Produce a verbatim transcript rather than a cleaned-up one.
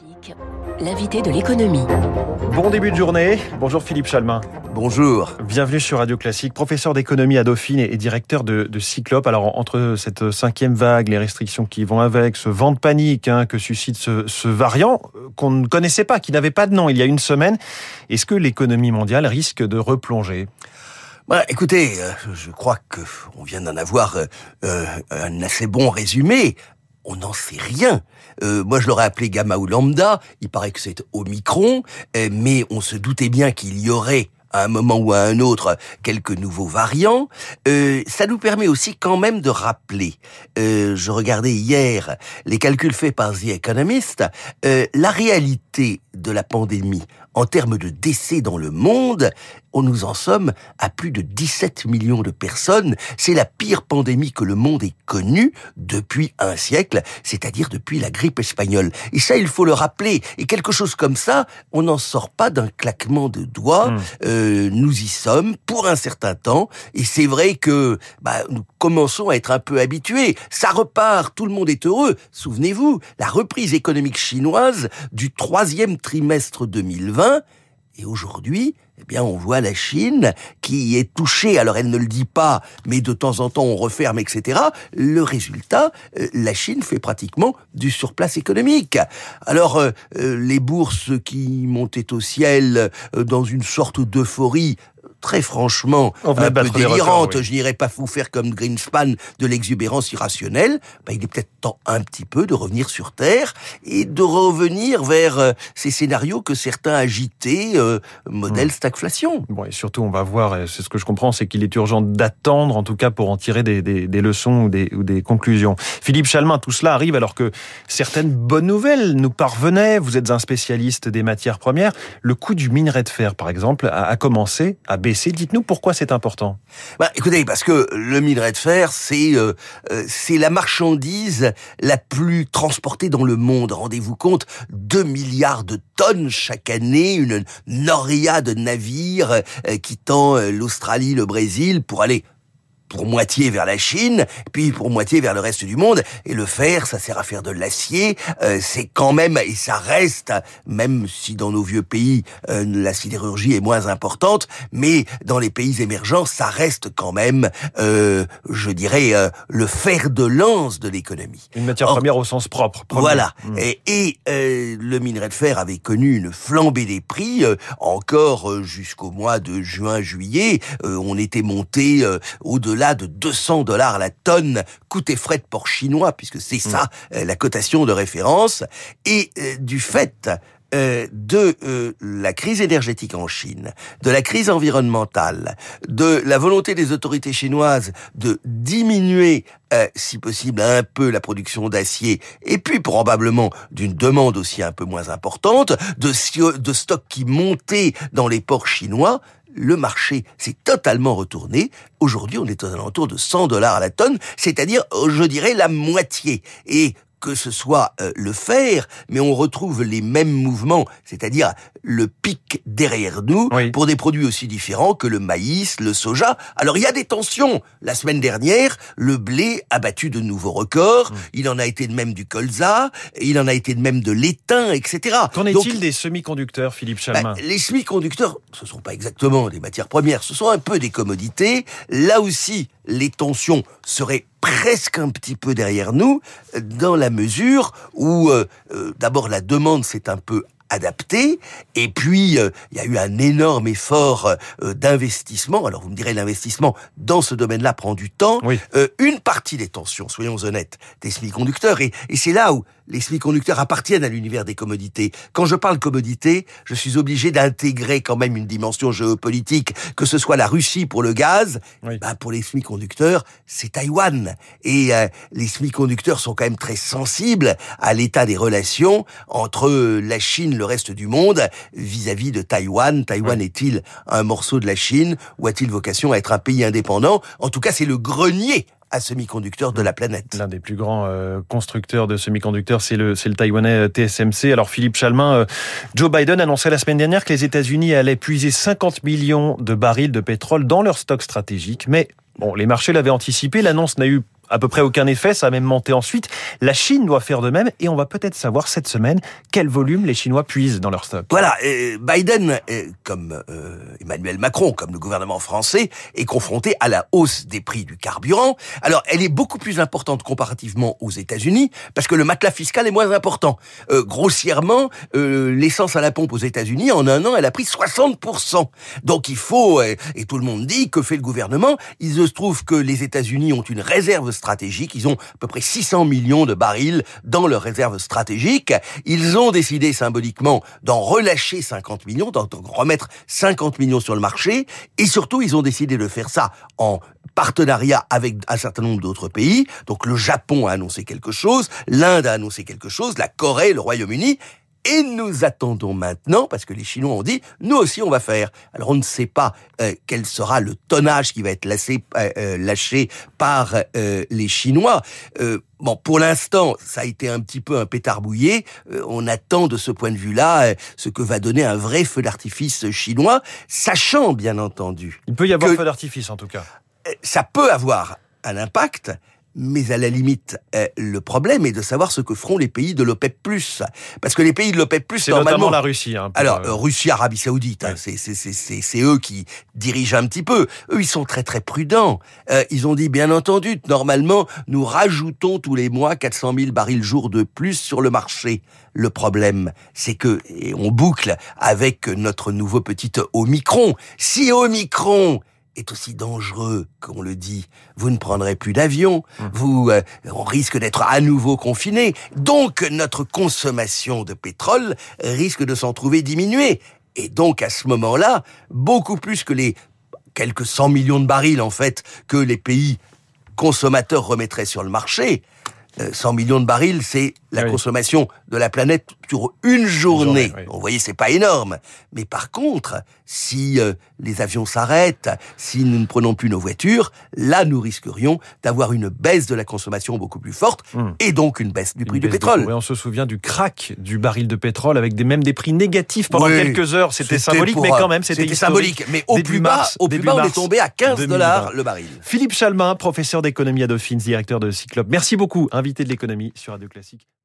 Classique, l'invité de l'économie. Bon début de journée. Bonjour Philippe Chalmin. Bonjour. Bienvenue sur Radio Classique, professeur d'économie à Dauphine et directeur de, de Cyclope. Alors entre cette cinquième vague, les restrictions qui vont avec, ce vent de panique hein, que suscite ce, ce variant qu'on ne connaissait pas, qui n'avait pas de nom il y a une semaine, est-ce que l'économie mondiale risque de replonger ? Bah, écoutez, euh, je crois qu'on vient d'en avoir euh, un assez bon résumé. On n'en sait rien. Euh, moi, je l'aurais appelé gamma ou lambda. Il paraît que c'est Omicron, euh, mais on se doutait bien qu'il y aurait à un moment ou à un autre quelques nouveaux variants. Euh, ça nous permet aussi quand même de rappeler, euh, je regardais hier les calculs faits par The Economist, euh, la réalité de la pandémie en termes de décès dans le monde. On nous en sommes à plus de dix-sept millions de personnes. C'est la pire pandémie que le monde ait connue depuis un siècle, c'est-à-dire depuis la grippe espagnole. Et ça, il faut le rappeler. Et quelque chose comme ça, on n'en sort pas d'un claquement de doigts. Mmh. Euh, nous y sommes pour un certain temps. Et c'est vrai que bah, nous commençons à être un peu habitués. Ça repart, tout le monde est heureux. Souvenez-vous, la reprise économique chinoise du troisième trimestre deux mille vingt. Et aujourd'hui, eh bien, on voit la Chine qui est touchée. Alors, elle ne le dit pas, mais de temps en temps, on referme, et cetera. Le résultat, euh, la Chine fait pratiquement du surplace économique. Alors, euh, euh, les bourses qui montaient au ciel euh, dans une sorte d'euphorie, très franchement, un peu délirante, oui. Je n'irais pas vous faire comme Greenspan de l'exubérance irrationnelle. Ben, il est peut-être temps un petit peu de revenir sur Terre et de revenir vers euh, ces scénarios que certains agitaient, euh, modèle mmh. stagflation. Bon, et surtout, on va voir, et c'est ce que je comprends, c'est qu'il est urgent d'attendre, en tout cas pour en tirer des, des, des leçons ou des, ou des conclusions. Philippe Chalmin, tout cela arrive alors que certaines bonnes nouvelles nous parvenaient. Vous êtes un spécialiste des matières premières. Le coût du minerai de fer, par exemple, a, a commencé à baisser. Dites-nous pourquoi c'est important. Bah, écoutez, parce que le minerai de fer, c'est euh, euh, c'est la marchandise la plus transportée dans le monde. Rendez-vous compte, deux milliards de tonnes chaque année, une noria de navires euh, quittant euh, l'Australie, le Brésil pour aller pour moitié vers la Chine, puis pour moitié vers le reste du monde. Et le fer, ça sert à faire de l'acier. Euh, c'est quand même, et ça reste, même si dans nos vieux pays, euh, la sidérurgie est moins importante, mais dans les pays émergents, ça reste quand même, euh, je dirais, euh, le fer de lance de l'économie. Une matière Or, première au sens propre. Premier. Voilà. Mmh. Et, et euh, le minerai de fer avait connu une flambée des prix, euh, encore euh, jusqu'au mois de juin-juillet. Euh, on était monté euh, au-delà de deux cents dollars à la tonne, coût et frais de port chinois, puisque c'est ça, mmh. la cotation de référence. Et euh, du fait euh, de euh, la crise énergétique en Chine, de la crise environnementale, de la volonté des autorités chinoises de diminuer, euh, si possible, un peu la production d'acier, et puis probablement d'une demande aussi un peu moins importante, de, de stocks qui montaient dans les ports chinois, le marché s'est totalement retourné. Aujourd'hui, on est aux alentours de cent dollars à la tonne, c'est-à-dire, je dirais, la moitié. Et que ce soit euh, le fer, mais on retrouve les mêmes mouvements, c'est-à-dire le pic derrière nous, oui. pour des produits aussi différents que le maïs, le soja. Alors il y a des tensions. La semaine dernière, le blé a battu de nouveaux records, mmh. il en a été de même du colza, il en a été de même de l'étain, et cetera. Qu'en est-il Donc, des semi-conducteurs, Philippe Chalmin ? bah, Les semi-conducteurs, ce ne sont pas exactement des matières premières, ce sont un peu des commodités. Là aussi, les tensions seraient presque un petit peu derrière nous, dans la mesure où, euh, euh, d'abord, la demande s'est un peu adaptée, et puis il euh, y a eu un énorme effort euh, d'investissement. Alors vous me direz, l'investissement dans ce domaine-là prend du temps. Oui. Euh, une partie des tensions, soyons honnêtes, des semi-conducteurs, et, et c'est là où les semi-conducteurs appartiennent à l'univers des commodités. Quand je parle commodité, je suis obligé d'intégrer quand même une dimension géopolitique, que ce soit la Russie pour le gaz, oui. bah pour les semi-conducteurs, c'est Taïwan. Et euh, les semi-conducteurs sont quand même très sensibles à l'état des relations entre la Chine, le reste du monde, vis-à-vis de Taïwan. Taïwan oui. est-il un morceau de la Chine, ou a-t-il vocation à être un pays indépendant ? En tout cas, c'est le grenier à semi-conducteurs de la planète. L'un des plus grands euh, constructeurs de semi-conducteurs, c'est le, c'est le taïwanais T S M C. Alors Philippe Chalmin, euh, Joe Biden annonçait la semaine dernière que les États-Unis allaient puiser cinquante millions de barils de pétrole dans leur stock stratégique, mais bon, les marchés l'avaient anticipé, l'annonce n'a eu à peu près aucun effet, ça a même monté ensuite. La Chine doit faire de même et on va peut-être savoir cette semaine quel volume les Chinois puisent dans leur stock. Voilà, euh, Biden, euh, comme euh, Emmanuel Macron, comme le gouvernement français, est confronté à la hausse des prix du carburant. Alors, elle est beaucoup plus importante comparativement aux États-Unis, parce que le matelas fiscal est moins important. Euh, grossièrement, euh, l'essence à la pompe aux États-Unis, en un an, elle a pris soixante pour cent. Donc il faut, euh, et tout le monde dit, que fait le gouvernement? Il se trouve que les États-Unis ont une réserve stratégique, ils ont à peu près six cents millions de barils dans leur réserve stratégique. Ils ont décidé symboliquement d'en relâcher cinquante millions, d'en remettre cinquante millions sur le marché, et surtout ils ont décidé de faire ça en partenariat avec un certain nombre d'autres pays. Donc le Japon a annoncé quelque chose, l'Inde a annoncé quelque chose, la Corée, le Royaume-Uni. Et nous attendons maintenant, parce que les Chinois ont dit, nous aussi on va faire. Alors on ne sait pas euh, quel sera le tonnage qui va être lâché, euh, lâché par euh, les Chinois. Euh, bon, pour l'instant, ça a été un petit peu un pétard mouillé. Euh, on attend de ce point de vue-là euh, ce que va donner un vrai feu d'artifice chinois, sachant bien entendu. Il peut y avoir que, feu d'artifice en tout cas. Euh, ça peut avoir un impact. Mais à la limite, euh, le problème est de savoir ce que feront les pays de l'OPEP plus, parce que les pays de l'OPEP plus, c'est normalement, notamment la Russie. Hein, pour, alors euh... Russie, Arabie Saoudite, hein, c'est, c'est c'est c'est c'est eux qui dirigent un petit peu. Eux, ils sont très très prudents. Euh, ils ont dit, bien entendu, normalement, nous rajoutons tous les mois quatre cent mille barils jour de plus sur le marché. Le problème, c'est que, et on boucle avec notre nouveau petit Omicron. Si Omicron est aussi dangereux qu'on le dit, vous ne prendrez plus d'avion, mmh. vous, euh, on risque d'être à nouveau confiné. Donc, notre consommation de pétrole risque de s'en trouver diminuée. Et donc, à ce moment-là, beaucoup plus que les quelques cent millions de barils, en fait, que les pays consommateurs remettraient sur le marché, euh, cent millions de barils, c'est la oui. consommation de la planète sur une journée. Une journée oui. Vous voyez, c'est pas énorme. Mais par contre, si euh, les avions s'arrêtent, si nous ne prenons plus nos voitures, là, nous risquerions d'avoir une baisse de la consommation beaucoup plus forte mmh. et donc une baisse du prix une du pétrole. Et on se souvient du crack du baril de pétrole avec des, même des prix négatifs pendant oui. quelques heures. C'était, c'était symbolique, pour, mais quand même, c'était, c'était symbolique. Mais au plus bas, mars, au plus bas, on est tombé à quinze dollars le baril. Philippe Chalmin, professeur d'économie à Dauphine, directeur de Cyclope. Merci beaucoup, invité de l'économie sur Radio Classique.